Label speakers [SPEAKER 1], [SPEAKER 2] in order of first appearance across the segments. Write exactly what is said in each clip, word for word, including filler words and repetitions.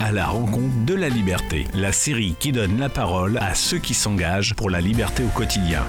[SPEAKER 1] À la rencontre de la liberté, la série qui donne la parole à ceux qui s'engagent pour la liberté au quotidien.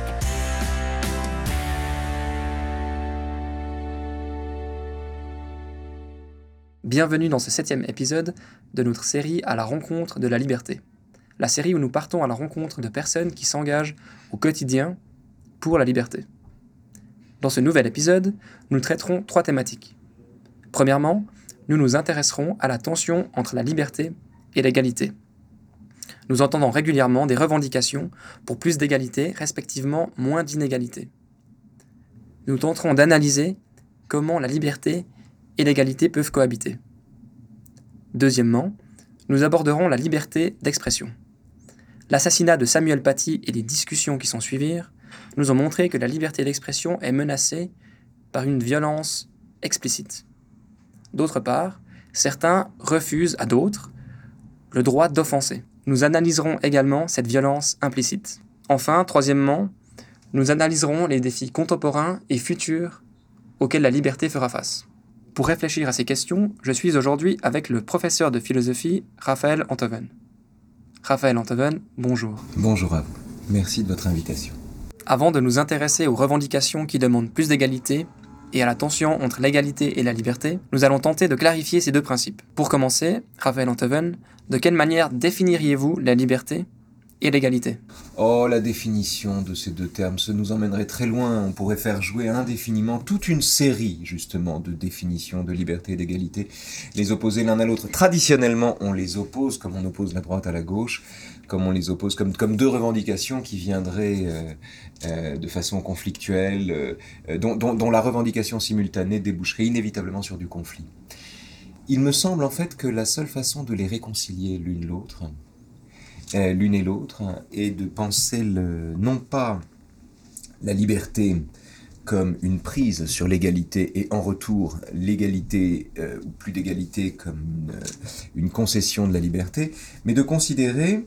[SPEAKER 2] Bienvenue dans ce septième épisode de notre série À la rencontre de la liberté. La série où nous partons à la rencontre de personnes qui s'engagent au quotidien pour la liberté. Dans ce nouvel épisode, nous traiterons trois thématiques. Premièrement, nous nous intéresserons à la tension entre la liberté et l'égalité. Nous entendons régulièrement des revendications pour plus d'égalité, respectivement moins d'inégalité. Nous tenterons d'analyser comment la liberté et l'égalité peuvent cohabiter. Deuxièmement, nous aborderons la liberté d'expression. L'assassinat de Samuel Paty et les discussions qui s'en suivirent nous ont montré que la liberté d'expression est menacée par une violence explicite. D'autre part, certains refusent à d'autres le droit d'offenser. Nous analyserons également cette violence implicite. Enfin, troisièmement, nous analyserons les défis contemporains et futurs auxquels la liberté fera face. Pour réfléchir à ces questions, je suis aujourd'hui avec le professeur de philosophie Raphaël Enthoven. Raphaël Enthoven, bonjour.
[SPEAKER 3] Bonjour à vous. Merci de votre invitation.
[SPEAKER 2] Avant de nous intéresser aux revendications qui demandent plus d'égalité et à la tension entre l'égalité et la liberté, nous allons tenter de clarifier ces deux principes. Pour commencer, Raphaël Enthoven, de quelle manière définiriez-vous la liberté et l'égalité ?
[SPEAKER 3] Oh, la définition de ces deux termes, ça nous emmènerait très loin. On pourrait faire jouer indéfiniment toute une série, justement, de définitions de liberté et d'égalité, les opposer l'un à l'autre. Traditionnellement, on les oppose comme on oppose la droite à la gauche, comme on les oppose comme, comme deux revendications qui viendraient euh, euh, de façon conflictuelle, euh, dont, dont, dont la revendication simultanée déboucherait inévitablement sur du conflit. Il me semble en fait que la seule façon de les réconcilier l'une l'autre, euh, l'une et l'autre, est de penser le, non pas la liberté comme une prise sur l'égalité et en retour l'égalité euh, ou plus d'égalité comme une, une concession de la liberté, mais de considérer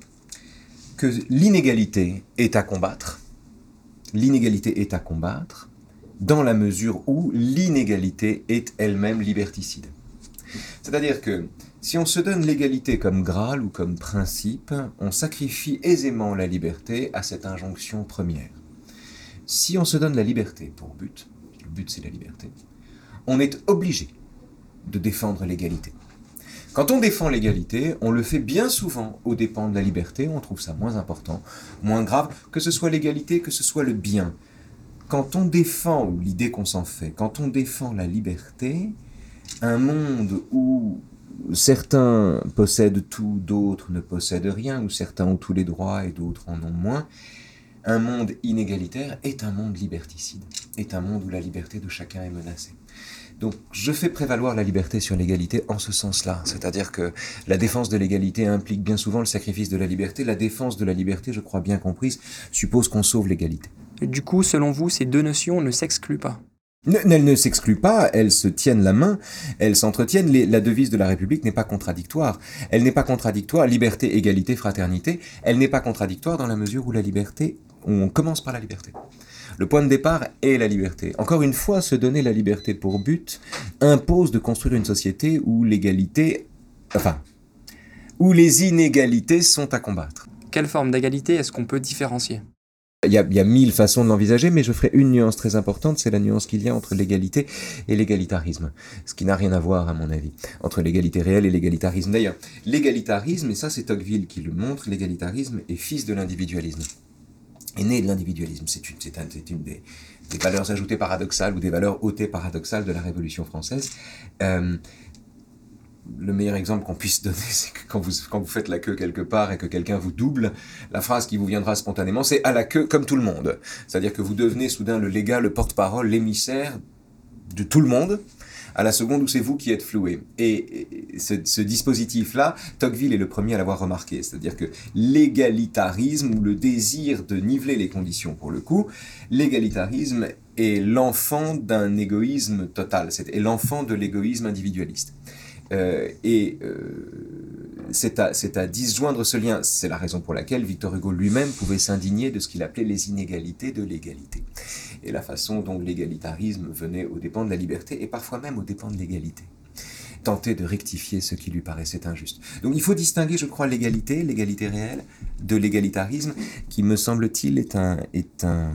[SPEAKER 3] que l'inégalité est à combattre, l'inégalité est à combattre dans la mesure où l'inégalité est elle-même liberticide. C'est-à-dire que si on se donne l'égalité comme Graal ou comme principe, on sacrifie aisément la liberté à cette injonction première. Si on se donne la liberté pour but, le but c'est la liberté, on est obligé de défendre l'égalité. Quand on défend l'égalité, on le fait bien souvent aux dépens de la liberté, on trouve ça moins important, moins grave, que ce soit l'égalité, que ce soit le bien. Quand on défend, ou l'idée qu'on s'en fait, quand on défend la liberté, un monde où certains possèdent tout, d'autres ne possèdent rien, où certains ont tous les droits et d'autres en ont moins, un monde inégalitaire est un monde liberticide, est un monde où la liberté de chacun est menacée. Donc je fais prévaloir la liberté sur l'égalité en ce sens-là, c'est-à-dire que la défense de l'égalité implique bien souvent le sacrifice de la liberté. La défense de la liberté, je crois bien comprise, suppose qu'on sauve l'égalité.
[SPEAKER 2] Du coup, selon vous, ces deux notions ne s'excluent pas ?
[SPEAKER 3] Elles ne s'excluent pas, elles se tiennent la main, elles s'entretiennent. Les, la devise de la République n'est pas contradictoire. Elle n'est pas contradictoire, liberté, égalité, fraternité. Elle n'est pas contradictoire dans la mesure où la liberté, on commence par la liberté. Le point de départ est la liberté. Encore une fois, se donner la liberté pour but impose de construire une société où l'égalité, enfin, où les inégalités sont à combattre.
[SPEAKER 2] Quelle forme d'égalité est-ce qu'on peut différencier ?
[SPEAKER 3] Il y, a, il y a mille façons de l'envisager, mais je ferai une nuance très importante, c'est la nuance qu'il y a entre l'égalité et l'égalitarisme. Ce qui n'a rien à voir, à mon avis, entre l'égalité réelle et l'égalitarisme. D'ailleurs, l'égalitarisme, et ça c'est Tocqueville qui le montre, l'égalitarisme est fils de l'individualisme. Est né de l'individualisme. C'est une, c'est un, c'est une des, des valeurs ajoutées paradoxales ou des valeurs ôtées paradoxales de la Révolution française. Euh, le meilleur exemple qu'on puisse donner, c'est que quand vous, quand vous faites la queue quelque part et que quelqu'un vous double, la phrase qui vous viendra spontanément, c'est « à la queue comme tout le monde ». C'est-à-dire que vous devenez soudain le légat, le porte-parole, l'émissaire de tout le monde, à la seconde où c'est vous qui êtes floué. Et ce, ce dispositif-là, Tocqueville est le premier à l'avoir remarqué, c'est-à-dire que l'égalitarisme, ou le désir de niveler les conditions pour le coup, l'égalitarisme est l'enfant d'un égoïsme total, c'est est l'enfant de l'égoïsme individualiste. Euh, et euh, c'est à, c'est à disjoindre ce lien. C'est la raison pour laquelle Victor Hugo lui-même pouvait s'indigner de ce qu'il appelait les inégalités de l'égalité. Et la façon dont l'égalitarisme venait aux dépens de la liberté, et parfois même aux dépens de l'égalité. tenter de rectifier ce qui lui paraissait injuste. Donc il faut distinguer, je crois, l'égalité, l'égalité réelle, de l'égalitarisme, qui, me semble-t-il, est un, est un,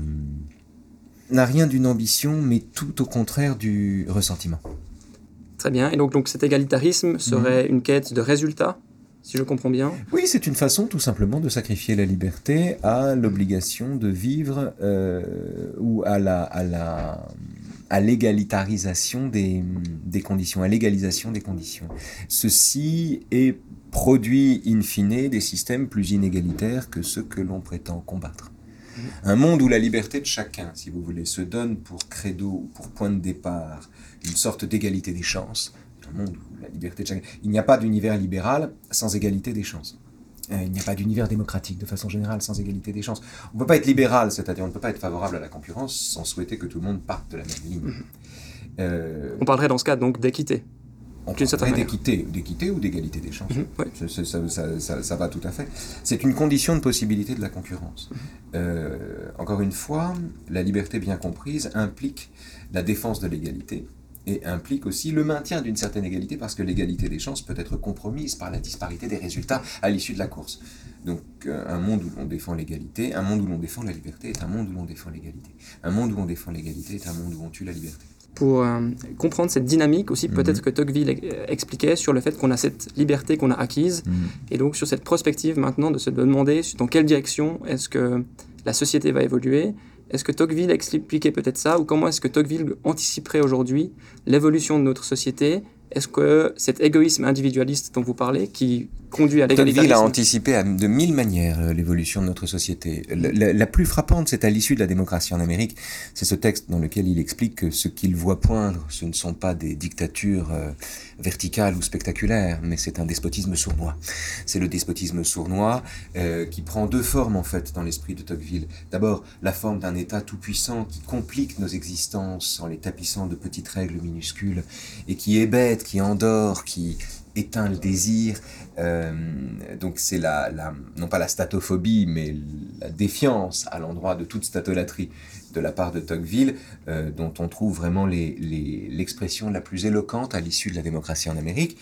[SPEAKER 3] n'a rien d'une ambition, mais tout au contraire du ressentiment.
[SPEAKER 2] Très bien. Et donc, donc cet égalitarisme serait mmh. une quête de résultats, si je comprends bien?
[SPEAKER 3] Oui, c'est une façon tout simplement de sacrifier la liberté à l'obligation de vivre euh, ou à la... À la à l'égalitarisation des, des conditions, à l'égalisation des conditions. Ceci est produit in fine des systèmes plus inégalitaires que ceux que l'on prétend combattre. Un monde où la liberté de chacun, si vous voulez, se donne pour credo ou pour point de départ une sorte d'égalité des chances, un monde où la liberté de chacun... Il n'y a pas d'univers libéral sans égalité des chances. Il n'y a pas d'univers démocratique de façon générale sans égalité des chances. On ne peut pas être libéral, c'est-à-dire on ne peut pas être favorable à la concurrence sans souhaiter que tout le monde parte de la même ligne. Mmh.
[SPEAKER 2] Euh, on parlerait dans ce cas donc d'équité.
[SPEAKER 3] On parlerait d'équité, d'équité ou d'égalité des chances. Mmh, ouais. ça, ça, ça, ça, ça va tout à fait. C'est une condition de possibilité de la concurrence. Mmh. Euh, encore une fois, la liberté bien comprise implique la défense de l'égalité. Et implique aussi le maintien d'une certaine égalité, parce que l'égalité des chances peut être compromise par la disparité des résultats à l'issue de la course. Donc euh, un monde où l'on défend l'égalité, un monde où l'on défend la liberté est un monde où l'on défend l'égalité. Un monde où on défend l'égalité est un monde où on tue la liberté.
[SPEAKER 2] Pour euh, comprendre cette dynamique aussi, mm-hmm. peut-être que Tocqueville expliquait sur le fait qu'on a cette liberté qu'on a acquise, mm-hmm. et donc sur cette prospective maintenant de se demander dans quelle direction est-ce que la société va évoluer. Est-ce que Tocqueville expliquait peut-être ça, ou comment est-ce que Tocqueville anticiperait aujourd'hui l'évolution de notre société? Est-ce que cet égoïsme individualiste dont vous parlez, qui conduit à l'égalitarisme...
[SPEAKER 3] Tocqueville a anticipé de mille manières l'évolution de notre société. La, la, la plus frappante, c'est à l'issue de la démocratie en Amérique. C'est ce texte dans lequel il explique que ce qu'il voit poindre, ce ne sont pas des dictatures euh, verticales ou spectaculaires, mais c'est un despotisme sournois. C'est le despotisme sournois euh, qui prend deux formes, en fait, dans l'esprit de Tocqueville. D'abord, la forme d'un État tout-puissant qui complique nos existences en les tapissant de petites règles minuscules et qui hébète, qui endort, qui éteint le désir. Euh, donc c'est la, la, non pas la statophobie, mais la défiance à l'endroit de toute statolatrie de la part de Tocqueville, euh, dont on trouve vraiment les, les, l'expression la plus éloquente à l'issue de la démocratie en Amérique.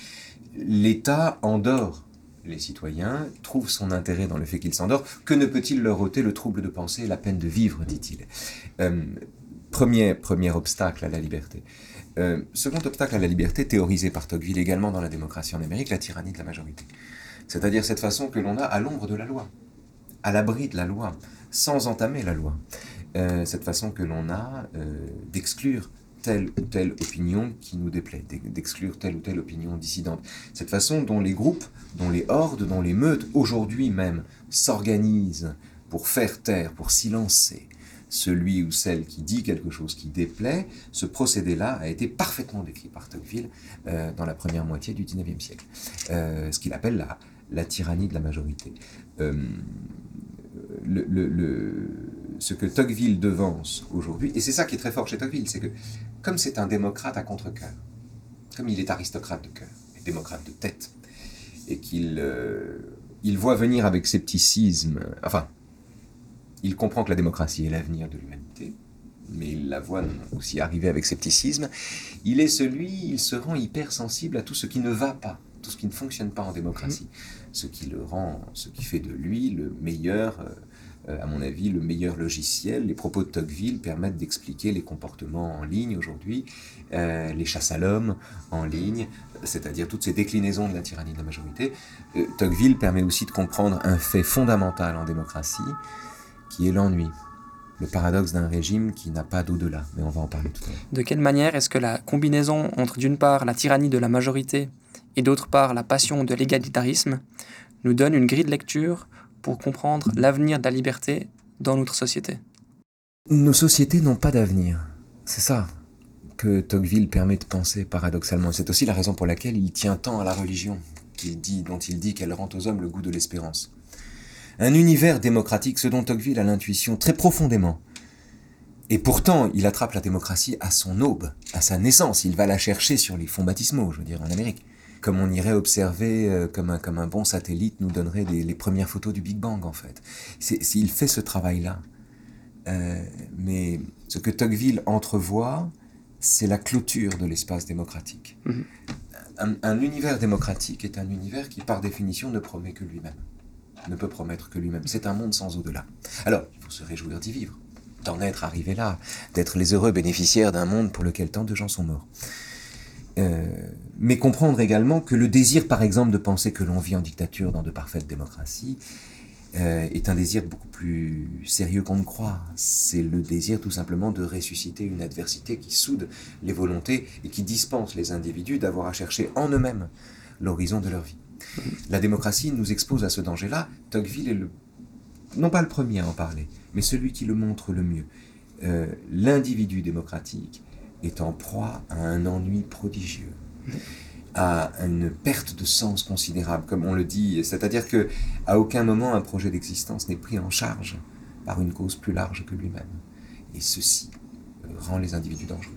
[SPEAKER 3] L'État endort les citoyens, trouve son intérêt dans le fait qu'il s'endort. Que ne peut-il leur ôter le trouble de penser et la peine de vivre, dit-il. Euh, premier, premier obstacle à la liberté. Euh, second obstacle à la liberté, théorisé par Tocqueville également dans la démocratie en Amérique, la tyrannie de la majorité. C'est-à-dire cette façon que l'on a à l'ombre de la loi, à l'abri de la loi, sans entamer la loi. Euh, cette façon que l'on a euh, d'exclure telle ou telle opinion qui nous déplaît, d'exclure telle ou telle opinion dissidente. Cette façon dont les groupes, dont les hordes, dont les meutes, aujourd'hui même, s'organisent pour faire taire, pour silencer celui ou celle qui dit quelque chose qui déplaît. Ce procédé-là a été parfaitement décrit par Tocqueville euh, dans la première moitié du dix-neuvième siècle. Euh, ce qu'il appelle la, la tyrannie de la majorité. Euh, le, le, le, ce que Tocqueville devance aujourd'hui, et c'est ça qui est très fort chez Tocqueville, c'est que comme c'est un démocrate à contre-cœur, comme il est aristocrate de cœur, et démocrate de tête, et qu'il euh, il voit venir avec scepticisme, enfin, il comprend que la démocratie est l'avenir de l'humanité, mais il la voit aussi arriver avec scepticisme. Il est celui, il se rend hypersensible à tout ce qui ne va pas, tout ce qui ne fonctionne pas en démocratie, mmh. ce qui le rend, ce qui fait de lui le meilleur, euh, à mon avis, le meilleur logiciel. Les propos de Tocqueville permettent d'expliquer les comportements en ligne aujourd'hui, euh, les chasses à l'homme en ligne, c'est-à-dire toutes ces déclinaisons de la tyrannie de la majorité. Euh, Tocqueville permet aussi de comprendre un fait fondamental en démocratie, qui est l'ennui, le paradoxe d'un régime qui n'a pas d'au-delà, mais on va en parler tout à l'heure.
[SPEAKER 2] De quelle manière est-ce que la combinaison entre d'une part la tyrannie de la majorité et d'autre part la passion de l'égalitarisme nous donne une grille de lecture pour comprendre l'avenir de la liberté dans notre société?
[SPEAKER 3] Nos sociétés n'ont pas d'avenir, c'est ça que Tocqueville permet de penser paradoxalement. C'est aussi la raison pour laquelle il tient tant à la religion, qu'il dit, dont il dit qu'elle rend aux hommes le goût de l'espérance. Un univers démocratique, ce dont Tocqueville a l'intuition très profondément. Et pourtant, il attrape la démocratie à son aube, à sa naissance. Il va la chercher sur les fonds baptismaux, je veux dire, en Amérique. Comme on irait observer, euh, comme, un, comme un bon satellite nous donnerait des, les premières photos du Big Bang, en fait. C'est, c'est, il fait ce travail-là. Euh, mais ce que Tocqueville entrevoit, c'est la clôture de l'espace démocratique. Mmh. un, un univers démocratique est un univers qui, par définition, ne promet que lui-même, ne peut promettre que lui-même. C'est un monde sans au-delà. Alors, il faut se réjouir d'y vivre, d'en être arrivé là, d'être les heureux bénéficiaires d'un monde pour lequel tant de gens sont morts. Euh, mais comprendre également que le désir, par exemple, de penser que l'on vit en dictature dans de parfaites démocraties euh, est un désir beaucoup plus sérieux qu'on ne croit. C'est le désir tout simplement de ressusciter une adversité qui soude les volontés et qui dispense les individus d'avoir à chercher en eux-mêmes l'horizon de leur vie. La démocratie nous expose à ce danger-là. Tocqueville est le, non pas le premier à en parler, mais celui qui le montre le mieux. Euh, l'individu démocratique est en proie à un ennui prodigieux, à une perte de sens considérable, comme on le dit, c'est-à-dire que à aucun moment un projet d'existence n'est pris en charge par une cause plus large que lui-même. Et ceci rend les individus dangereux.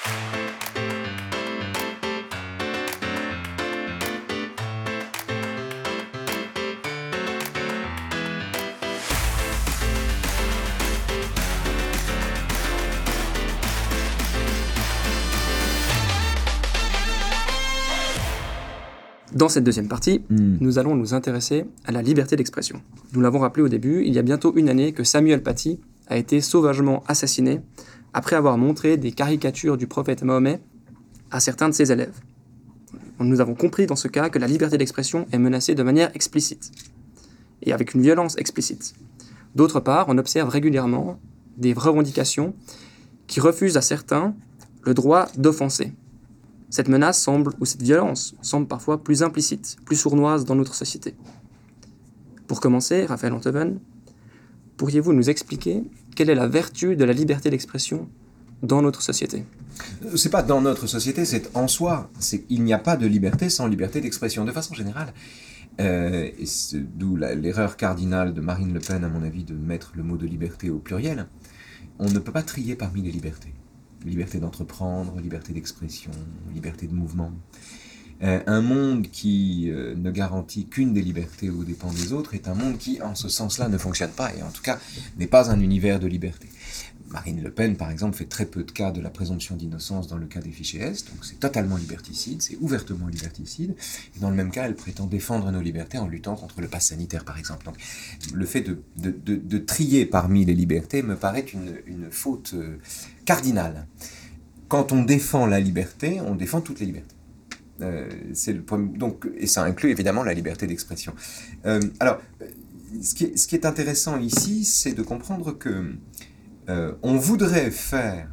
[SPEAKER 2] Dans cette deuxième partie,
[SPEAKER 3] Mm.
[SPEAKER 2] nous allons nous intéresser à la liberté d'expression. Nous l'avons rappelé au début, il y a bientôt une année que Samuel Paty a été sauvagement assassiné après avoir montré des caricatures du prophète Mahomet à certains de ses élèves. Nous avons compris dans ce cas que la liberté d'expression est menacée de manière explicite, et avec une violence explicite. D'autre part, on observe régulièrement des revendications qui refusent à certains le droit d'offenser. Cette menace semble, ou cette violence, semble parfois plus implicite, plus sournoise dans notre société. Pour commencer, Raphaël Antoven, pourriez-vous nous expliquer quelle est la vertu de la liberté d'expression dans notre société ?
[SPEAKER 3] C'est pas dans notre société, c'est en soi. C'est, il n'y a pas de liberté sans liberté d'expression, de façon générale. Euh, et c'est d'où la, l'erreur cardinale de Marine Le Pen, à mon avis, de mettre le mot de liberté au pluriel. On ne peut pas trier parmi les libertés. Liberté d'entreprendre, liberté d'expression, liberté de mouvement. Euh, un monde qui euh, ne garantit qu'une des libertés aux dépens des autres est un monde qui, en ce sens-là, ne fonctionne pas, et en tout cas, n'est pas un univers de liberté. Marine Le Pen, par exemple, fait très peu de cas de la présomption d'innocence dans le cas des fichiers S, donc c'est totalement liberticide, c'est ouvertement liberticide, et dans le même cas, elle prétend défendre nos libertés en luttant contre le pass sanitaire, par exemple. Donc, le fait de, de, de, de trier parmi les libertés me paraît une, une faute euh, cardinale. Quand on défend la liberté, on défend toutes les libertés. Euh, c'est le premier, donc, et ça inclut évidemment la liberté d'expression. Euh, alors, ce qui, est, ce qui est intéressant ici, c'est de comprendre que Euh, on voudrait faire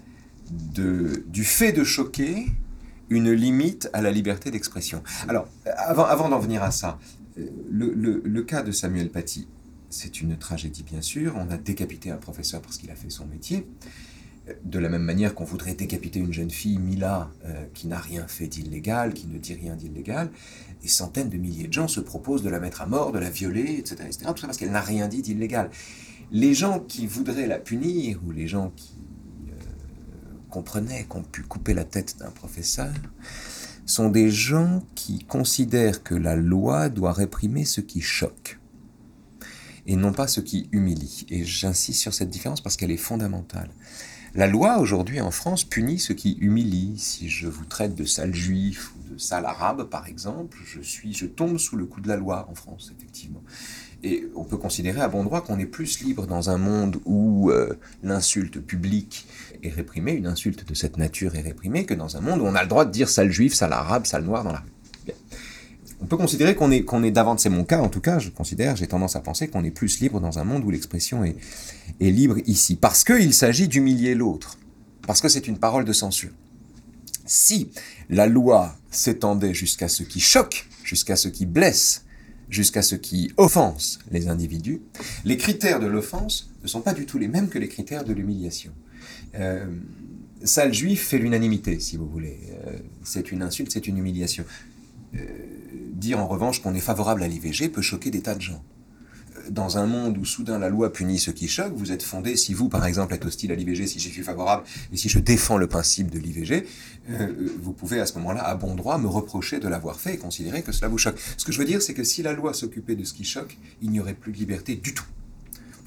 [SPEAKER 3] de, du fait de choquer une limite à la liberté d'expression. Alors, avant, avant d'en venir à ça, le, le, le cas de Samuel Paty, c'est une tragédie bien sûr. On a décapité un professeur parce qu'il a fait son métier. De la même manière qu'on voudrait décapiter une jeune fille, Mila, euh, qui n'a rien fait d'illégal, qui ne dit rien d'illégal. Des centaines de milliers de gens se proposent de la mettre à mort, de la violer, et cetera, et cetera. Tout ça parce qu'elle n'a rien dit d'illégal. Les gens qui voudraient la punir, ou les gens qui euh, comprenaient qu'on pu couper la tête d'un professeur, sont des gens qui considèrent que la loi doit réprimer ce qui choque, et non pas ce qui humilie. Et j'insiste sur cette différence parce qu'elle est fondamentale. La loi, aujourd'hui, en France, punit ce qui humilie. Si je vous traite de sale juif ou de sale arabe, par exemple, je, suis, je tombe sous le coup de la loi en France, effectivement. Et on peut considérer à bon droit qu'on est plus libre dans un monde où euh, l'insulte publique est réprimée, une insulte de cette nature est réprimée, que dans un monde où on a le droit de dire sale juif, sale arabe, sale noir dans la rue. Bien. On peut considérer qu'on est, qu'on est d'avance, c'est mon cas en tout cas, je considère, j'ai tendance à penser qu'on est plus libre dans un monde où l'expression est, est libre ici. Parce qu'il s'agit d'humilier l'autre, parce que c'est une parole de censure. Si la loi s'étendait jusqu'à ce qui choque, jusqu'à ce qui blesse, jusqu'à ce qui offense les individus, les critères de l'offense ne sont pas du tout les mêmes que les critères de l'humiliation. Euh, sale juif fait l'unanimité, si vous voulez. Euh, c'est une insulte, c'est une humiliation. Euh, dire en revanche qu'on est favorable à l'I V G peut choquer des tas de gens. Dans un monde où soudain la loi punit ce qui choque, vous êtes fondé, si vous par exemple êtes hostile à l'I V G, si je suis favorable et si je défends le principe de l'I V G, euh, vous pouvez à ce moment-là, à bon droit, me reprocher de l'avoir fait et considérer que cela vous choque. Ce que je veux dire, c'est que si la loi s'occupait de ce qui choque, il n'y aurait plus de liberté du tout.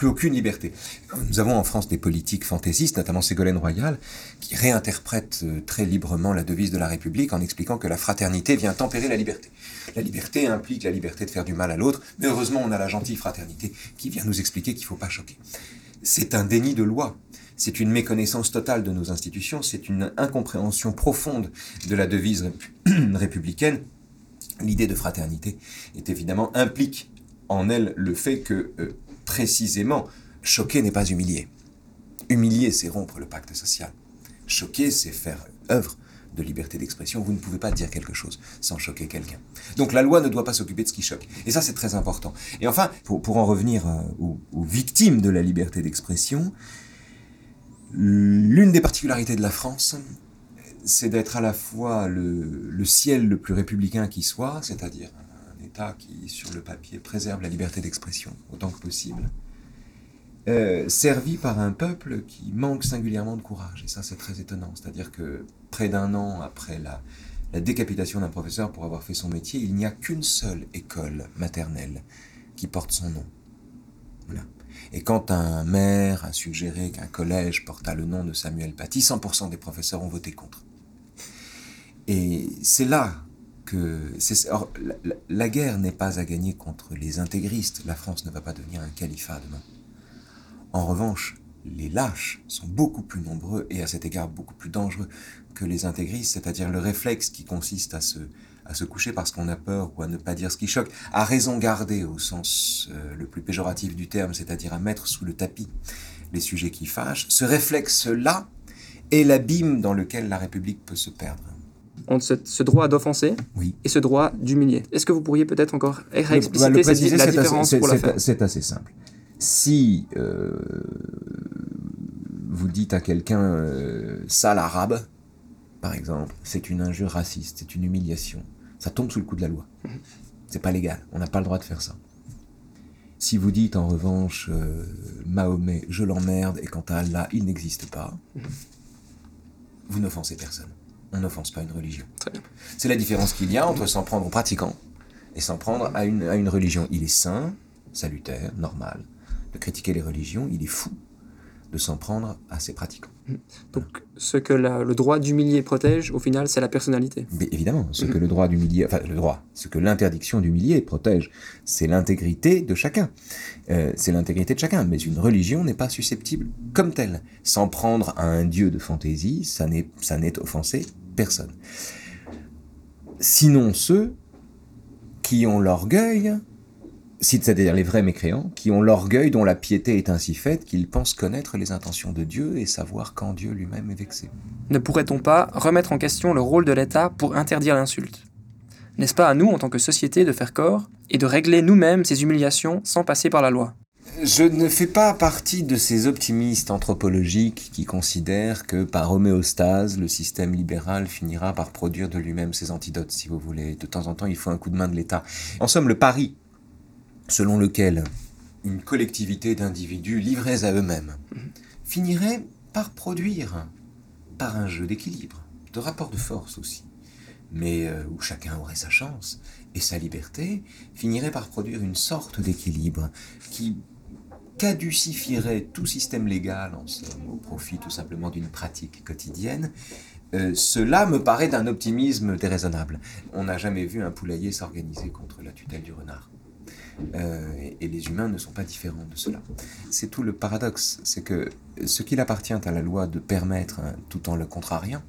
[SPEAKER 3] plus aucune liberté. Nous avons en France des politiques fantaisistes, notamment Ségolène Royal, qui réinterprètent très librement la devise de la République en expliquant que la fraternité vient tempérer la liberté. La liberté implique la liberté de faire du mal à l'autre, mais heureusement on a la gentille fraternité qui vient nous expliquer qu'il ne faut pas choquer. C'est un déni de loi. C'est une méconnaissance totale de nos institutions, c'est une incompréhension profonde de la devise républicaine. L'idée de fraternité est évidemment implique en elle le fait que, euh, précisément, choquer n'est pas humilier. Humilier, c'est rompre le pacte social. Choquer, c'est faire œuvre de liberté d'expression. Vous ne pouvez pas dire quelque chose sans choquer quelqu'un. Donc la loi ne doit pas s'occuper de ce qui choque. Et ça, c'est très important. Et enfin, pour, pour en revenir euh, aux, aux victimes de la liberté d'expression, l'une des particularités de la France, c'est d'être à la fois le, le ciel le plus républicain qui soit, c'est-à-dire un État qui, sur le papier, préserve la liberté d'expression autant que possible, euh, servi par un peuple qui manque singulièrement de courage. Et ça, c'est très étonnant. C'est-à-dire que près d'un an après la, la décapitation d'un professeur pour avoir fait son métier, il n'y a qu'une seule école maternelle qui porte son nom. Voilà. Et quand un maire a suggéré qu'un collège portât le nom de Samuel Paty, cent pour cent des professeurs ont voté contre. Et c'est là que... C'est, or, la, la guerre n'est pas à gagner contre les intégristes. La France ne va pas devenir un califat demain. En revanche, les lâches sont beaucoup plus nombreux et à cet égard beaucoup plus dangereux que les intégristes, c'est-à-dire le réflexe qui consiste à se... à se coucher parce qu'on a peur ou à ne pas dire ce qui choque, à raison garder au sens euh, le plus péjoratif du terme, c'est-à-dire à mettre sous le tapis les sujets qui fâchent, ce réflexe-là est l'abîme dans lequel la République peut se perdre.
[SPEAKER 2] Entre ce, ce droit d'offenser
[SPEAKER 3] oui.
[SPEAKER 2] et ce droit d'humilier. Est-ce que vous pourriez peut-être encore réexpliciter
[SPEAKER 3] le, bah, le
[SPEAKER 2] cette,
[SPEAKER 3] préciser,
[SPEAKER 2] la
[SPEAKER 3] c'est
[SPEAKER 2] différence
[SPEAKER 3] assez,
[SPEAKER 2] pour
[SPEAKER 3] c'est,
[SPEAKER 2] la faire?
[SPEAKER 3] C'est assez simple. Si euh, vous dites à quelqu'un euh, « sale arabe », par exemple, c'est une injure raciste, c'est une humiliation. Ça tombe sous le coup de la loi. C'est pas légal, on n'a pas le droit de faire ça. Si vous dites en revanche euh, Mahomet, je l'emmerde, et quant à Allah, il n'existe pas, vous n'offensez personne. On n'offense pas une religion.
[SPEAKER 2] Très bien.
[SPEAKER 3] C'est la différence qu'il y a entre s'en prendre aux pratiquants et s'en prendre à une, à une religion. Il est sain, salutaire, normal de critiquer les religions, il est fou de s'en prendre à ses pratiquants.
[SPEAKER 2] Donc, ce que la, le droit d'humilier protège, au final, c'est la personnalité.
[SPEAKER 3] Mais évidemment, ce que le droit d'humilier, enfin le droit, ce que l'interdiction d'humilier protège, c'est l'intégrité de chacun. Euh, c'est l'intégrité de chacun. Mais une religion n'est pas susceptible comme telle. S'en prendre à un dieu de fantaisie, ça n'est, ça n'est offensé personne. Sinon ceux qui ont l'orgueil, c'est-à-dire les vrais mécréants, qui ont l'orgueil dont la piété est ainsi faite qu'ils pensent connaître les intentions de Dieu et savoir quand Dieu lui-même est vexé.
[SPEAKER 2] Ne pourrait-on pas remettre en question le rôle de l'État pour interdire l'insulte ? N'est-ce pas à nous, en tant que société, de faire corps et de régler nous-mêmes ces humiliations sans passer par la loi ?
[SPEAKER 3] Je ne fais pas partie de ces optimistes anthropologiques qui considèrent que par homéostase, le système libéral finira par produire de lui-même ses antidotes, si vous voulez. De temps en temps, il faut un coup de main de l'État. En somme, le pari selon lequel une collectivité d'individus livrés à eux-mêmes finirait par produire, par un jeu d'équilibre, de rapport de force aussi, mais euh, où chacun aurait sa chance et sa liberté, finirait par produire une sorte d'équilibre qui caducifierait tout système légal, en somme, au profit tout simplement d'une pratique quotidienne. Euh, cela me paraît d'un optimisme déraisonnable. On n'a jamais vu un poulailler s'organiser contre la tutelle du renard. Euh, et, et les humains ne sont pas différents de cela. C'est tout le paradoxe, c'est que ce qu'il appartient à la loi de permettre, hein, tout en le contrariant,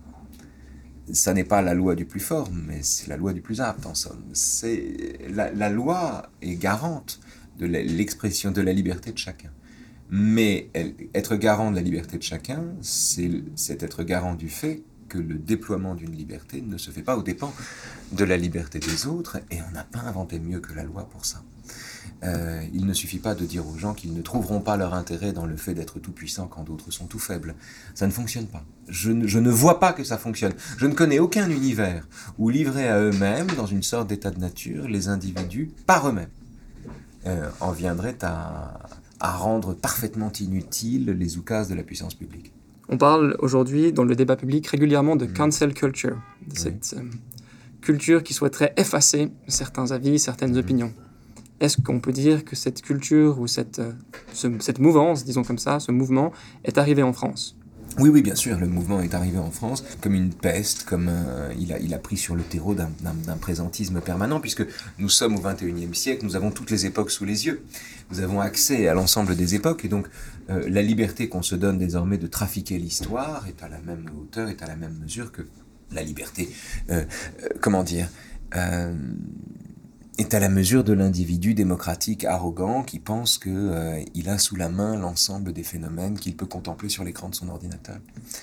[SPEAKER 3] ça n'est pas la loi du plus fort, mais c'est la loi du plus apte, en somme. C'est, la, la loi est garante de la, l'expression de la liberté de chacun. Mais elle, être garant de la liberté de chacun, c'est, c'est être garant du fait que le déploiement d'une liberté ne se fait pas aux dépens de la liberté des autres, et on n'a pas inventé mieux que la loi pour ça. Euh, il ne suffit pas de dire aux gens qu'ils ne trouveront pas leur intérêt dans le fait d'être tout puissants quand d'autres sont tout faibles. Ça ne fonctionne pas. Je ne, je ne vois pas que ça fonctionne. Je ne connais aucun univers où, livrés à eux-mêmes, dans une sorte d'état de nature, les individus, par eux-mêmes, euh, en viendraient à, à rendre parfaitement inutiles les oukases de la puissance publique.
[SPEAKER 2] On parle aujourd'hui, dans le débat public, régulièrement de cancel culture, de cette oui. euh, culture qui souhaiterait effacer certains avis, certaines mmh. opinions. est-ce qu'on peut dire que cette culture ou cette, euh, ce- cette mouvance, disons comme ça, ce mouvement, est arrivé en France ?
[SPEAKER 3] Oui, oui, bien sûr, le mouvement est arrivé en France comme une peste, comme un- il, a, il a pris sur le terreau d'un, d'un, d'un présentisme permanent, puisque nous sommes au vingt et unième siècle, nous avons toutes les époques sous les yeux. Nous avons accès à l'ensemble des époques, et donc euh, la liberté qu'on se donne désormais de trafiquer l'histoire est à la même hauteur, est à la même mesure que la liberté, euh, euh, comment dire, euh, est à la mesure de l'individu démocratique arrogant qui pense qu'il euh, a sous la main l'ensemble des phénomènes qu'il peut contempler sur l'écran de son ordinateur.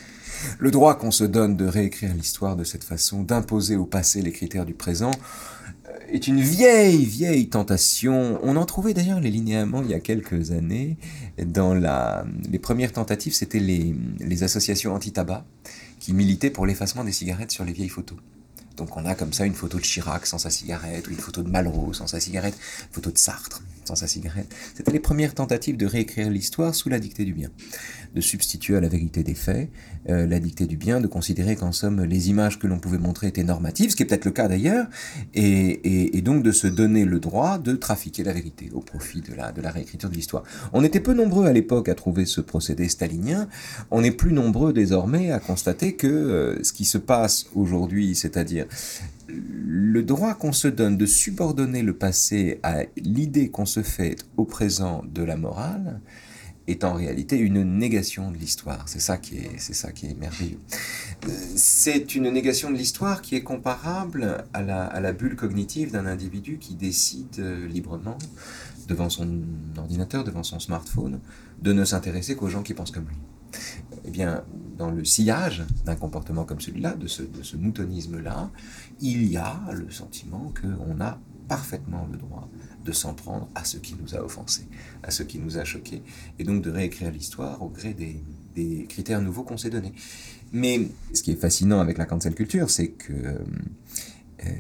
[SPEAKER 3] Le droit qu'on se donne de réécrire l'histoire de cette façon, d'imposer au passé les critères du présent, euh, est une vieille, vieille tentation. On en trouvait d'ailleurs les linéaments il y a quelques années. Dans la, les premières tentatives, c'était les, les associations anti-tabac qui militaient pour l'effacement des cigarettes sur les vieilles photos. Donc on a comme ça une photo de Chirac sans sa cigarette, ou une photo de Malraux sans sa cigarette, une photo de Sartre sans sa cigarette. C'était les premières tentatives de réécrire l'histoire sous la dictée du bien, de substituer à la vérité des faits euh, la dictée du bien, de considérer qu'en somme les images que l'on pouvait montrer étaient normatives, ce qui est peut-être le cas d'ailleurs, et, et, et donc de se donner le droit de trafiquer la vérité au profit de la, de la réécriture de l'histoire. On était peu nombreux à l'époque à trouver ce procédé stalinien, on est plus nombreux désormais à constater que euh, ce qui se passe aujourd'hui, c'est-à-dire le droit qu'on se donne de subordonner le passé à l'idée qu'on se fait au présent de la morale est en réalité une négation de l'histoire. C'est ça qui est, c'est ça qui est merveilleux. C'est une négation de l'histoire qui est comparable à la, à la bulle cognitive d'un individu qui décide librement, devant son ordinateur, devant son smartphone, de ne s'intéresser qu'aux gens qui pensent comme lui. Eh bien, dans le sillage d'un comportement comme celui-là, de ce, de ce moutonisme-là, il y a le sentiment qu'on a parfaitement le droit de s'en prendre à ce qui nous a offensés, à ce qui nous a choqués, et donc de réécrire l'histoire au gré des, des critères nouveaux qu'on s'est donnés. Mais ce qui est fascinant avec la cancel culture, c'est que euh,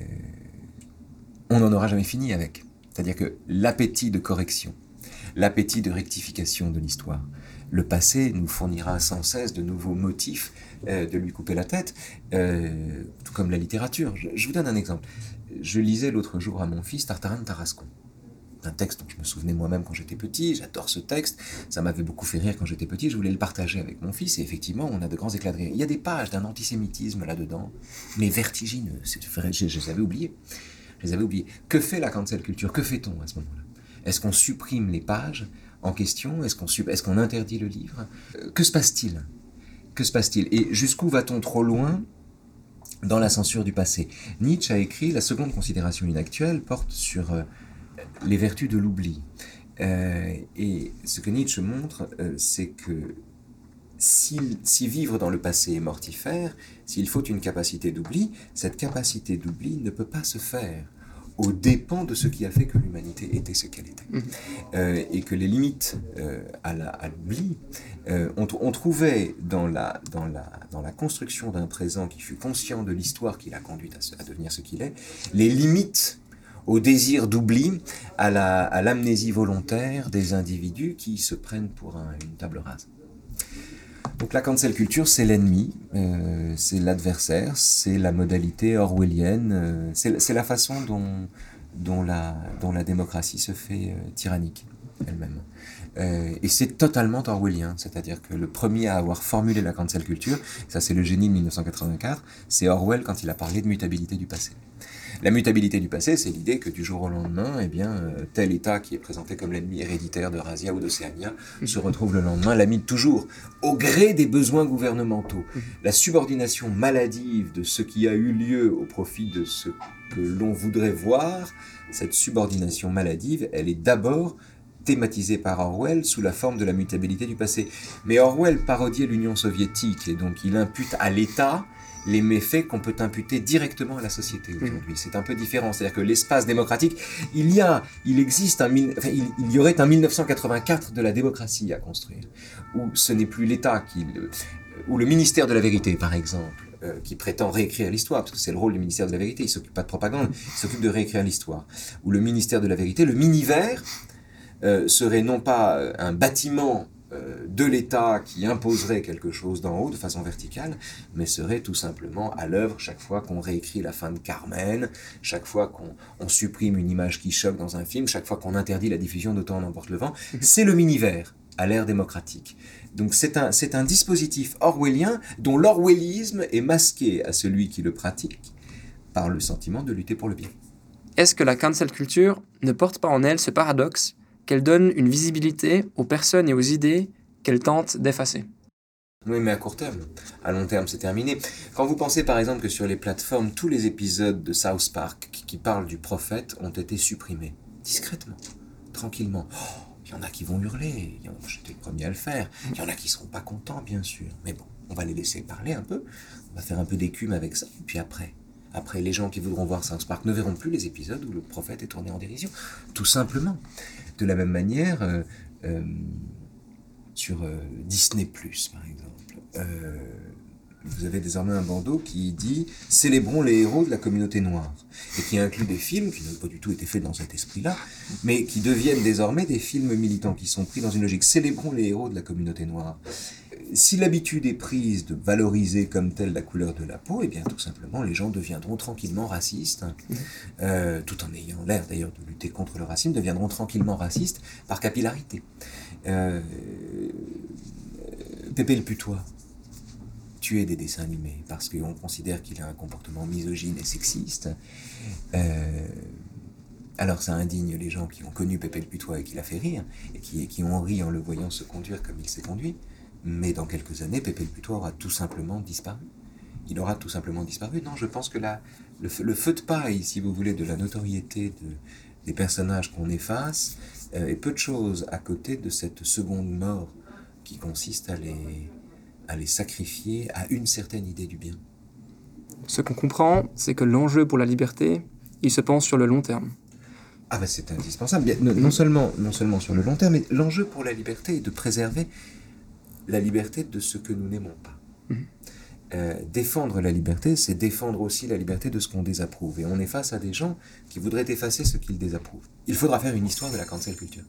[SPEAKER 3] on n'en aura jamais fini avec. C'est-à-dire que l'appétit de correction, l'appétit de rectification de l'histoire, le passé nous fournira sans cesse de nouveaux motifs euh, de lui couper la tête, euh, tout comme la littérature. Je, je vous donne un exemple. Je lisais l'autre jour à mon fils Tartarin de Tarascon. Un texte dont je me souvenais moi-même quand j'étais petit, j'adore ce texte, ça m'avait beaucoup fait rire quand j'étais petit, je voulais le partager avec mon fils, et effectivement, on a de grands éclats de rire. Il y a des pages d'un antisémitisme là-dedans, mais vertigineux, c'est vrai, je, je les avais oubliés. Je les avais oubliés. Que fait la cancel culture? Que fait-on à ce moment-là? Est-ce qu'on supprime les pages en question? Est-ce qu'on, est-ce qu'on interdit le livre? euh, Que se passe-t-il? Que se passe-t-il? Et jusqu'où va-t-on trop loin dans la censure du passé? Nietzsche a écrit, la seconde considération inactuelle porte sur euh, les vertus de l'oubli. Euh, et ce que Nietzsche montre, euh, c'est que si, si vivre dans le passé est mortifère, s'il faut une capacité d'oubli, cette capacité d'oubli ne peut pas se faire aux dépens de ce qui a fait que l'humanité était ce qu'elle était. Mmh. Euh, et que les limites euh, à, la, à l'oubli, euh, on, on trouvait dans la, dans, la, dans la construction d'un présent qui fut conscient de l'histoire qui l'a conduit à, à devenir ce qu'il est, les limites au désir d'oubli, à, la, à l'amnésie volontaire des individus qui se prennent pour un, une table rase. Donc la cancel culture, c'est l'ennemi, euh, c'est l'adversaire, c'est la modalité orwellienne, euh, c'est, c'est la façon dont, dont, la, dont la démocratie se fait euh, tyrannique elle-même. Euh, et c'est totalement orwellien, c'est-à-dire que le premier à avoir formulé la cancel culture, ça c'est le génie de dix-neuf cent quatre-vingt-quatre, c'est Orwell quand il a parlé de mutabilité du passé. La mutabilité du passé, c'est l'idée que du jour au lendemain, eh bien, euh, tel État qui est présenté comme l'ennemi héréditaire d'Eurasia ou d'Océania se retrouve le lendemain l'ami de toujours, au gré des besoins gouvernementaux. La subordination maladive de ce qui a eu lieu au profit de ce que l'on voudrait voir, cette subordination maladive, elle est d'abord thématisée par Orwell sous la forme de la mutabilité du passé. Mais Orwell parodiait l'Union soviétique et donc il impute à l'État les méfaits qu'on peut imputer directement à la société aujourd'hui. Mmh. C'est un peu différent, c'est-à-dire que l'espace démocratique, il y a, il existe un, enfin, il, il y aurait un dix-neuf cent quatre-vingt-quatre de la démocratie à construire, où ce n'est plus l'État qui, ou le ministère de la vérité, par exemple, euh, qui prétend réécrire l'histoire, parce que c'est le rôle du ministère de la vérité, il s'occupe pas de propagande, il s'occupe de réécrire l'histoire, où le ministère de la vérité, le Miniver, euh, serait non pas un bâtiment euh, de l'État qui imposerait quelque chose d'en haut de façon verticale, mais serait tout simplement à l'œuvre chaque fois qu'on réécrit la fin de Carmen, chaque fois qu'on on supprime une image qui choque dans un film, chaque fois qu'on interdit la diffusion d'Autant en emporte le vent. C'est le Miniver à l'ère démocratique. Donc c'est un, c'est un dispositif orwellien dont l'orwellisme est masqué à celui qui le pratique par le sentiment de lutter pour le bien.
[SPEAKER 2] Est-ce que la cancel culture ne porte pas en elle ce paradoxe qu'elle donne une visibilité aux personnes et aux idées qu'elle tente d'effacer ?
[SPEAKER 3] Oui, mais à court terme. À long terme, c'est terminé. Quand vous pensez par exemple que sur les plateformes, tous les épisodes de South Park qui, qui parlent du prophète ont été supprimés, discrètement, tranquillement. Oh, il y en a qui vont hurler, j'étais le premier à le faire. Il y en a qui ne seront pas contents, bien sûr. Mais bon, on va les laisser parler un peu. On va faire un peu d'écume avec ça. Et puis après, après, les gens qui voudront voir South Park ne verront plus les épisodes où le prophète est tourné en dérision. Tout simplement. De la même manière, euh, euh, sur euh, Disney plus, par exemple, euh, vous avez désormais un bandeau qui dit « Célébrons les héros de la communauté noire » et qui inclut des films qui n'ont pas du tout été faits dans cet esprit-là, mais qui deviennent désormais des films militants qui sont pris dans une logique « Célébrons les héros de la communauté noire ». Si l'habitude est prise de valoriser comme telle la couleur de la peau, eh bien tout simplement les gens deviendront tranquillement racistes, euh, tout en ayant l'air d'ailleurs de lutter contre le racisme, deviendront tranquillement racistes par capillarité. Euh, Pépé le Putois, tuer des dessins animés parce qu'on considère qu'il a un comportement misogyne et sexiste. Euh, alors ça indigne les gens qui ont connu Pépé le Putois et qui l'a fait rire, et qui, qui ont ri en le voyant se conduire comme il s'est conduit. Mais dans quelques années, Pépé le Putois aura tout simplement disparu. Il aura tout simplement disparu. Non, je pense que la, le, le feu de paille, si vous voulez, de la notoriété de, des personnages qu'on efface, euh, est peu de choses à côté de cette seconde mort qui consiste à les, à les sacrifier à une certaine idée du bien.
[SPEAKER 2] Ce qu'on comprend, c'est que l'enjeu pour la liberté, il se pense sur le long terme.
[SPEAKER 3] Ah ben c'est indispensable. Bien, non, non, seulement, non seulement sur le long terme, mais l'enjeu pour la liberté est de préserver la liberté de ce que nous n'aimons pas. Mmh. Euh, défendre la liberté, c'est défendre aussi la liberté de ce qu'on désapprouve. Et on est face à des gens qui voudraient effacer ce qu'ils désapprouvent. Il faudra faire une histoire de la cancel culture.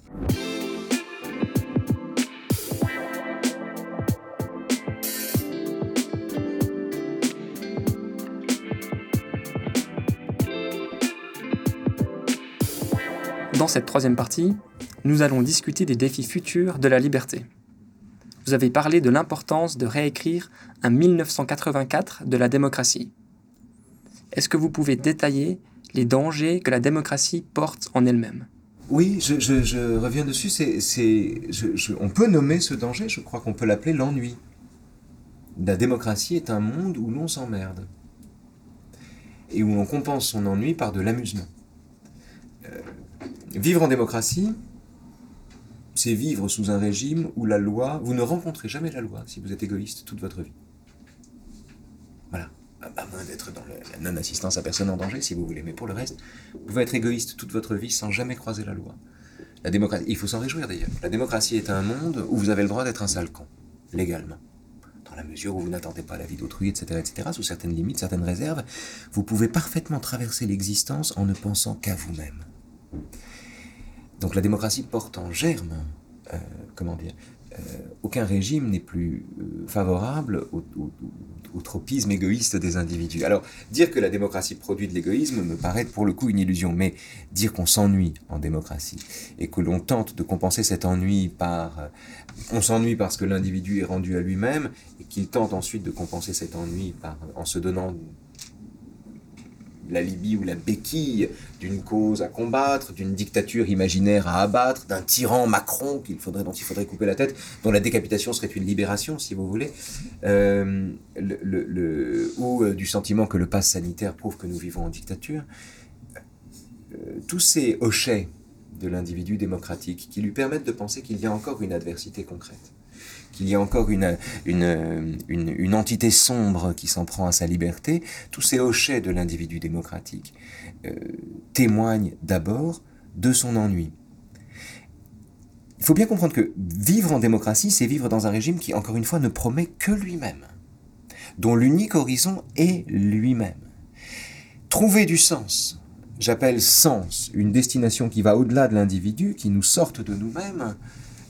[SPEAKER 2] Dans cette troisième partie, nous allons discuter des défis futurs de la liberté. Vous avez parlé de l'importance de réécrire un mille neuf cent quatre-vingt-quatre de la démocratie. Est-ce que vous pouvez détailler les dangers que la démocratie porte en elle-même ?
[SPEAKER 3] Oui, je, je, je reviens dessus. C'est, c'est, je, je, on peut nommer ce danger, je crois qu'on peut l'appeler l'ennui. La démocratie est un monde où l'on s'emmerde et où on compense son ennui par de l'amusement. Euh, vivre en démocratie, c'est vivre sous un régime où la loi... Vous ne rencontrez jamais la loi si vous êtes égoïste toute votre vie. Voilà. À moins d'être dans le, la non-assistance à personne en danger, si vous voulez. Mais pour le reste, vous pouvez être égoïste toute votre vie sans jamais croiser la loi. La démocratie... Il faut s'en réjouir d'ailleurs. La démocratie est un monde où vous avez le droit d'être un sale con, légalement. Dans la mesure où vous n'attendez pas la vie d'autrui, et cetera, et cetera, sous certaines limites, certaines réserves, vous pouvez parfaitement traverser l'existence en ne pensant qu'à vous-même. Donc la démocratie porte en germe, euh, comment dire, euh, aucun régime n'est plus euh, favorable au, au, au tropisme égoïste des individus. Alors, dire que la démocratie produit de l'égoïsme me paraît pour le coup une illusion, mais dire qu'on s'ennuie en démocratie et que l'on tente de compenser cet ennui par... Euh, on s'ennuie parce que l'individu est rendu à lui-même et qu'il tente ensuite de compenser cet ennui par, en se donnant la Libye ou la béquille d'une cause à combattre, d'une dictature imaginaire à abattre, d'un tyran Macron qu'il faudrait, dont il faudrait couper la tête, dont la décapitation serait une libération, si vous voulez, euh, le, le, le, ou euh, du sentiment que le pass sanitaire prouve que nous vivons en dictature. Euh, tous ces hochets de l'individu démocratique qui lui permettent de penser qu'il y a encore une adversité concrète, qu'il y a encore une, une, une, une entité sombre qui s'en prend à sa liberté, tous ces hochets de l'individu démocratique euh, témoignent d'abord de son ennui. Il faut bien comprendre que vivre en démocratie, c'est vivre dans un régime qui, encore une fois, ne promet que lui-même, dont l'unique horizon est lui-même. Trouver du sens, j'appelle sens, une destination qui va au-delà de l'individu, qui nous sorte de nous-mêmes,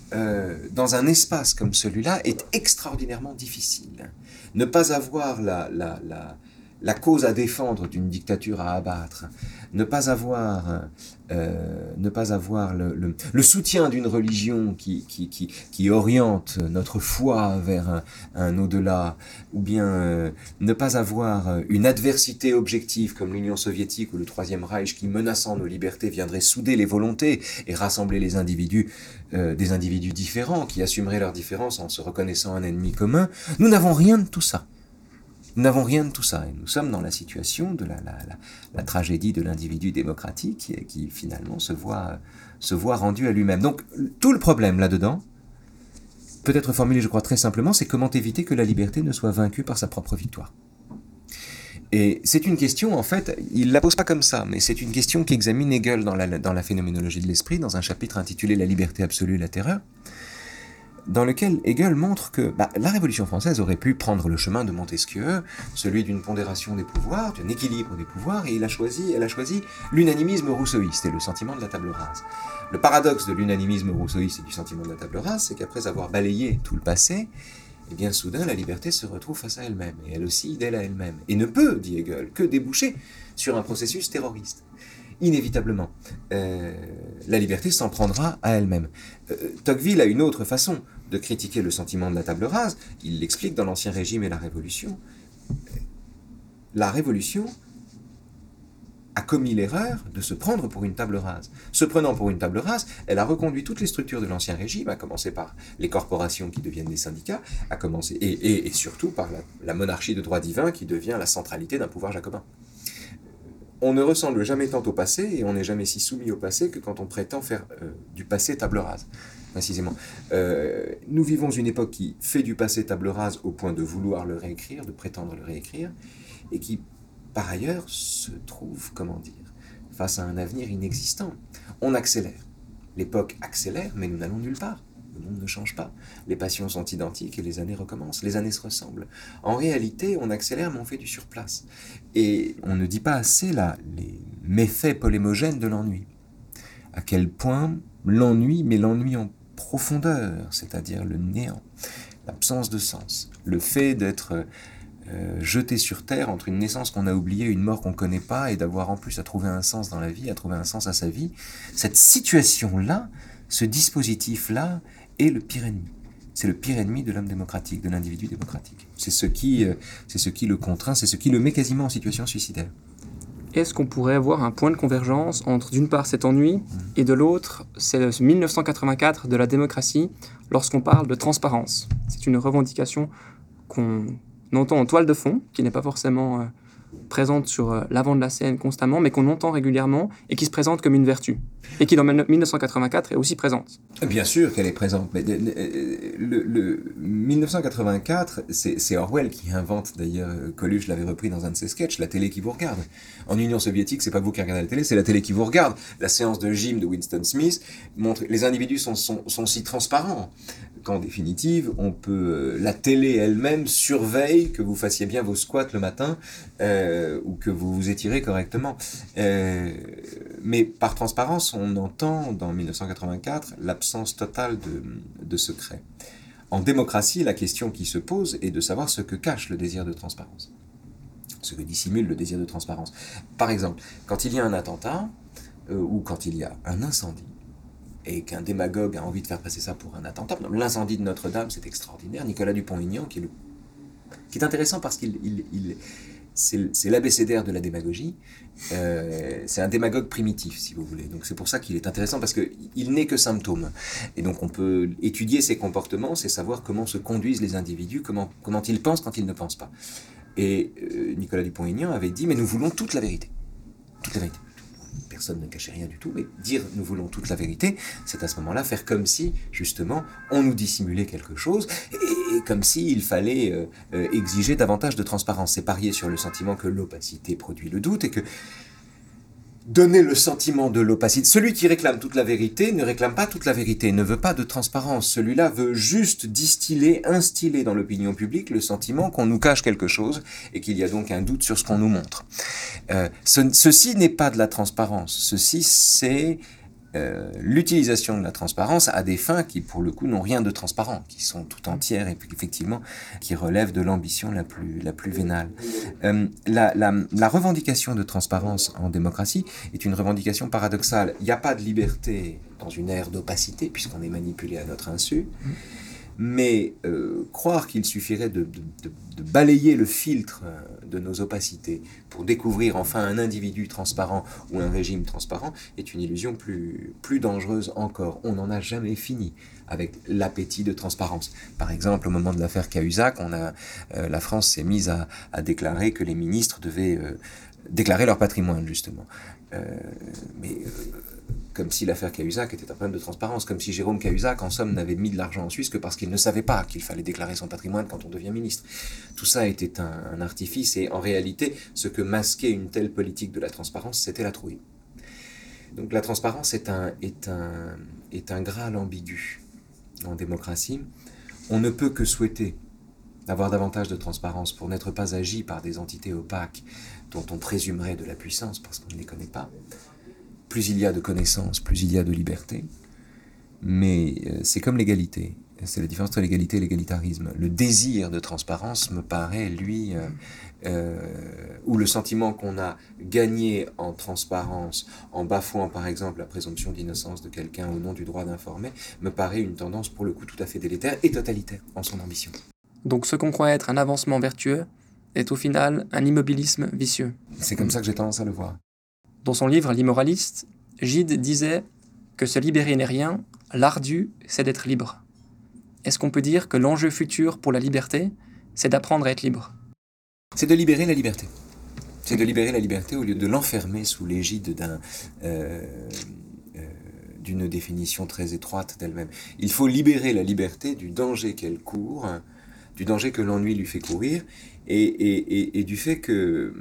[SPEAKER 3] euh, dans un espace comme celui-là, est extraordinairement difficile. Ne pas avoir la, la, la, la cause à défendre d'une dictature à abattre, ne pas avoir, euh, ne pas avoir le, le, le soutien d'une religion qui, qui, qui, qui oriente notre foi vers un, un au-delà, ou bien euh, ne pas avoir une adversité objective comme l'Union soviétique ou le Troisième Reich qui, menaçant nos libertés, viendrait souder les volontés et rassembler les individus, euh, des individus différents qui assumeraient leurs différences en se reconnaissant un ennemi commun. Nous n'avons rien de tout ça. Nous n'avons rien de tout ça, et nous sommes dans la situation de la, la, la, la tragédie de l'individu démocratique qui, qui finalement se voit, se voit rendu à lui-même. Donc tout le problème là-dedans peut être formulé, je crois, très simplement, c'est comment éviter que la liberté ne soit vaincue par sa propre victoire. Et c'est une question, en fait, il ne la pose pas comme ça, mais c'est une question qu'examine Hegel dans la, dans la phénoménologie de l'esprit, dans un chapitre intitulé « La liberté absolue et la terreur », dans lequel Hegel montre que bah, la Révolution française aurait pu prendre le chemin de Montesquieu, celui d'une pondération des pouvoirs, d'un équilibre des pouvoirs, et il a choisi, elle a choisi l'unanimisme rousseauiste et le sentiment de la table rase. Le paradoxe de l'unanimisme rousseauiste et du sentiment de la table rase, c'est qu'après avoir balayé tout le passé, eh bien soudain la liberté se retrouve face à elle-même, et elle aussi idèle à elle-même, et ne peut, dit Hegel, que déboucher sur un processus terroriste. Inévitablement, euh, la liberté s'en prendra à elle-même. Euh, Tocqueville a une autre façon de critiquer le sentiment de la table rase. Il l'explique dans l'Ancien Régime et la Révolution. La Révolution a commis l'erreur de se prendre pour une table rase. Se prenant pour une table rase, elle a reconduit toutes les structures de l'Ancien Régime, à commencer par les corporations qui deviennent des syndicats, à commencer, et, et, et surtout par la, la monarchie de droit divin qui devient la centralité d'un pouvoir jacobin. On ne ressemble jamais tant au passé, et on n'est jamais si soumis au passé que quand on prétend faire euh, du passé table rase, précisément. Euh, nous vivons une époque qui fait du passé table rase au point de vouloir le réécrire, de prétendre le réécrire, et qui, par ailleurs, se trouve, comment dire, face à un avenir inexistant. On accélère. L'époque accélère, mais nous n'allons nulle part. Le monde ne change pas. Les passions sont identiques et les années recommencent. Les années se ressemblent. En réalité, on accélère, mais on fait du surplace. Et on ne dit pas assez là les méfaits polémogènes de l'ennui. À quel point l'ennui, mais l'ennui en profondeur, c'est-à-dire le néant, l'absence de sens, le fait d'être euh, jeté sur terre entre une naissance qu'on a oubliée, une mort qu'on ne connaît pas, et d'avoir en plus à trouver un sens dans la vie, à trouver un sens à sa vie, cette situation-là, ce dispositif-là, est le pire ennemi. C'est le pire ennemi de l'homme démocratique, de l'individu démocratique. C'est ce qui, euh, c'est ce qui le contraint, c'est ce qui le met quasiment en situation suicidaire.
[SPEAKER 2] Est-ce qu'on pourrait avoir un point de convergence entre, d'une part, cet ennui, mmh. et de l'autre, c'est mille neuf cent quatre-vingt-quatre de la démocratie, lorsqu'on parle de transparence. C'est une revendication qu'on entend en toile de fond, qui n'est pas forcément euh, présente sur euh, l'avant de la scène constamment, mais qu'on entend régulièrement et qui se présente comme une vertu. Et qui, dans mille neuf cent quatre-vingt-quatre, est aussi présente.
[SPEAKER 3] Bien sûr qu'elle est présente, mais le, le mille neuf cent quatre-vingt-quatre, c'est, c'est Orwell qui invente, d'ailleurs, Coluche l'avait repris dans un de ses sketchs, la télé qui vous regarde. En Union soviétique, c'est pas vous qui regardez la télé, c'est la télé qui vous regarde. La séance de gym de Winston Smith montre les individus sont, sont, sont si transparents qu'en définitive, on peut, la télé elle-même surveille que vous fassiez bien vos squats le matin euh, ou que vous vous étirez correctement. Euh, mais par transparence, on entend dans mille neuf cent quatre-vingt-quatre l'absence totale de, de secret. En démocratie, la question qui se pose est de savoir ce que cache le désir de transparence, ce que dissimule le désir de transparence. Par exemple, quand il y a un attentat euh, ou quand il y a un incendie, et qu'un démagogue a envie de faire passer ça pour un attentat. L'incendie de Notre-Dame, c'est extraordinaire. Nicolas Dupont-Aignan, qui est, le... qui est intéressant parce qu'il il, il... c'est, c'est l'abécédaire de la démagogie. Euh, c'est un démagogue primitif, si vous voulez. Donc c'est pour ça qu'il est intéressant, parce qu'il n'est que symptôme. Et donc on peut étudier ses comportements, c'est savoir comment se conduisent les individus, comment, comment ils pensent quand ils ne pensent pas. Et euh, Nicolas Dupont-Aignan avait dit, mais nous voulons toute la vérité. Toute la vérité. Personne ne cachait rien du tout, mais dire « nous voulons toute la vérité », c'est à ce moment-là faire comme si, justement, on nous dissimulait quelque chose, et, et comme s'il fallait euh, euh, exiger davantage de transparence. C'est parier sur le sentiment que l'opacité produit le doute, et que donner le sentiment de l'opacité... Celui qui réclame toute la vérité ne réclame pas toute la vérité, ne veut pas de transparence. Celui-là veut juste distiller, instiller dans l'opinion publique le sentiment qu'on nous cache quelque chose et qu'il y a donc un doute sur ce qu'on nous montre. Euh, ce, ceci n'est pas de la transparence. Ceci, c'est euh, l'utilisation de la transparence à des fins qui, pour le coup, n'ont rien de transparent, qui sont tout entières et puis effectivement qui relèvent de l'ambition la plus, la plus vénale. Euh, la, la, la revendication de transparence en démocratie est une revendication paradoxale. Il n'y a pas de liberté dans une ère d'opacité, puisqu'on est manipulé à notre insu. Mais euh, croire qu'il suffirait de, de, de, de balayer le filtre de nos opacités pour découvrir enfin un individu transparent ou un régime transparent est une illusion plus, plus dangereuse encore. On n'en a jamais fini avec l'appétit de transparence. Par exemple, au moment de l'affaire Cahuzac, on a, euh, la France s'est mise à, à déclarer que les ministres devaient euh, déclarer leur patrimoine, justement. Euh, mais... Euh, comme si l'affaire Cahuzac était un problème de transparence, comme si Jérôme Cahuzac, en somme, n'avait mis de l'argent en Suisse que parce qu'il ne savait pas qu'il fallait déclarer son patrimoine quand on devient ministre. Tout ça était un, un artifice, et en réalité, ce que masquait une telle politique de la transparence, c'était la trouille. Donc la transparence est un, est un, est un graal ambigu en démocratie. On ne peut que souhaiter d'avoir davantage de transparence pour n'être pas agi par des entités opaques dont on présumerait de la puissance parce qu'on ne les connaît pas. Plus il y a de connaissances, plus il y a de liberté. Mais euh, c'est comme l'égalité. C'est la différence entre l'égalité et l'égalitarisme. Le désir de transparence me paraît, lui, euh, euh, ou le sentiment qu'on a gagné en transparence, en bafouant par exemple la présomption d'innocence de quelqu'un au nom du droit d'informer, me paraît une tendance pour le coup tout à fait délétère et totalitaire en son ambition.
[SPEAKER 2] Donc ce qu'on croit être un avancement vertueux est au final un immobilisme vicieux.
[SPEAKER 3] C'est comme ça que j'ai tendance à le voir.
[SPEAKER 2] Dans son livre L'Immoraliste, Gide disait que se libérer n'est rien, l'ardu, c'est d'être libre. Est-ce qu'on peut dire que l'enjeu futur pour la liberté, c'est d'apprendre à être libre ?
[SPEAKER 3] C'est de libérer la liberté. C'est de libérer la liberté au lieu de l'enfermer sous l'égide d'un, euh, euh, d'une définition très étroite d'elle-même. Il faut libérer la liberté du danger qu'elle court, du danger que l'ennui lui fait courir, et, et, et, et du fait que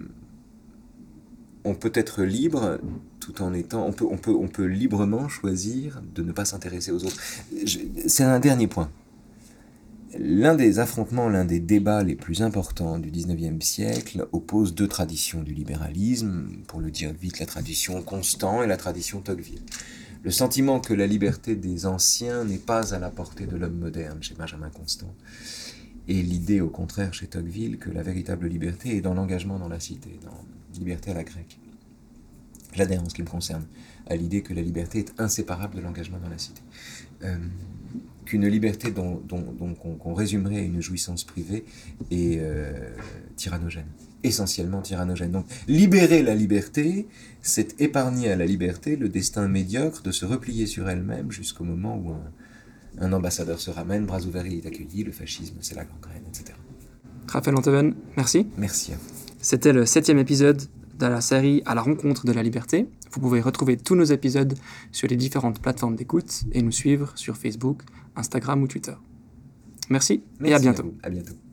[SPEAKER 3] on peut être libre tout en étant... On peut, on peut, on peut librement choisir de ne pas s'intéresser aux autres. Je, c'est un dernier point. L'un des affrontements, l'un des débats les plus importants du dix-neuvième siècle oppose deux traditions du libéralisme, pour le dire vite, la tradition Constant et la tradition Tocqueville. Le sentiment que la liberté des anciens n'est pas à la portée de l'homme moderne, chez Benjamin Constant, et l'idée, au contraire, chez Tocqueville, que la véritable liberté est dans l'engagement dans la cité, dans liberté à la grecque. J'adhère, en ce qui me concerne, à l'idée que la liberté est inséparable de l'engagement dans la cité. Euh, qu'une liberté dont, dont, dont, qu'on, qu'on résumerait à une jouissance privée est euh, tyrannogène, essentiellement tyrannogène. Donc, libérer la liberté, c'est épargner à la liberté le destin médiocre de se replier sur elle-même jusqu'au moment où un, un ambassadeur se ramène, bras ouverts il est accueilli, le fascisme c'est la gangrène, et cetera.
[SPEAKER 2] Raphaël Anteven, merci.
[SPEAKER 3] Merci à vous.
[SPEAKER 2] C'était le septième épisode de la série À la rencontre de la liberté. Vous pouvez retrouver tous nos épisodes sur les différentes plateformes d'écoute et nous suivre sur Facebook, Instagram ou Twitter. Merci,
[SPEAKER 3] Merci
[SPEAKER 2] et à bientôt.
[SPEAKER 3] À, vous. À bientôt.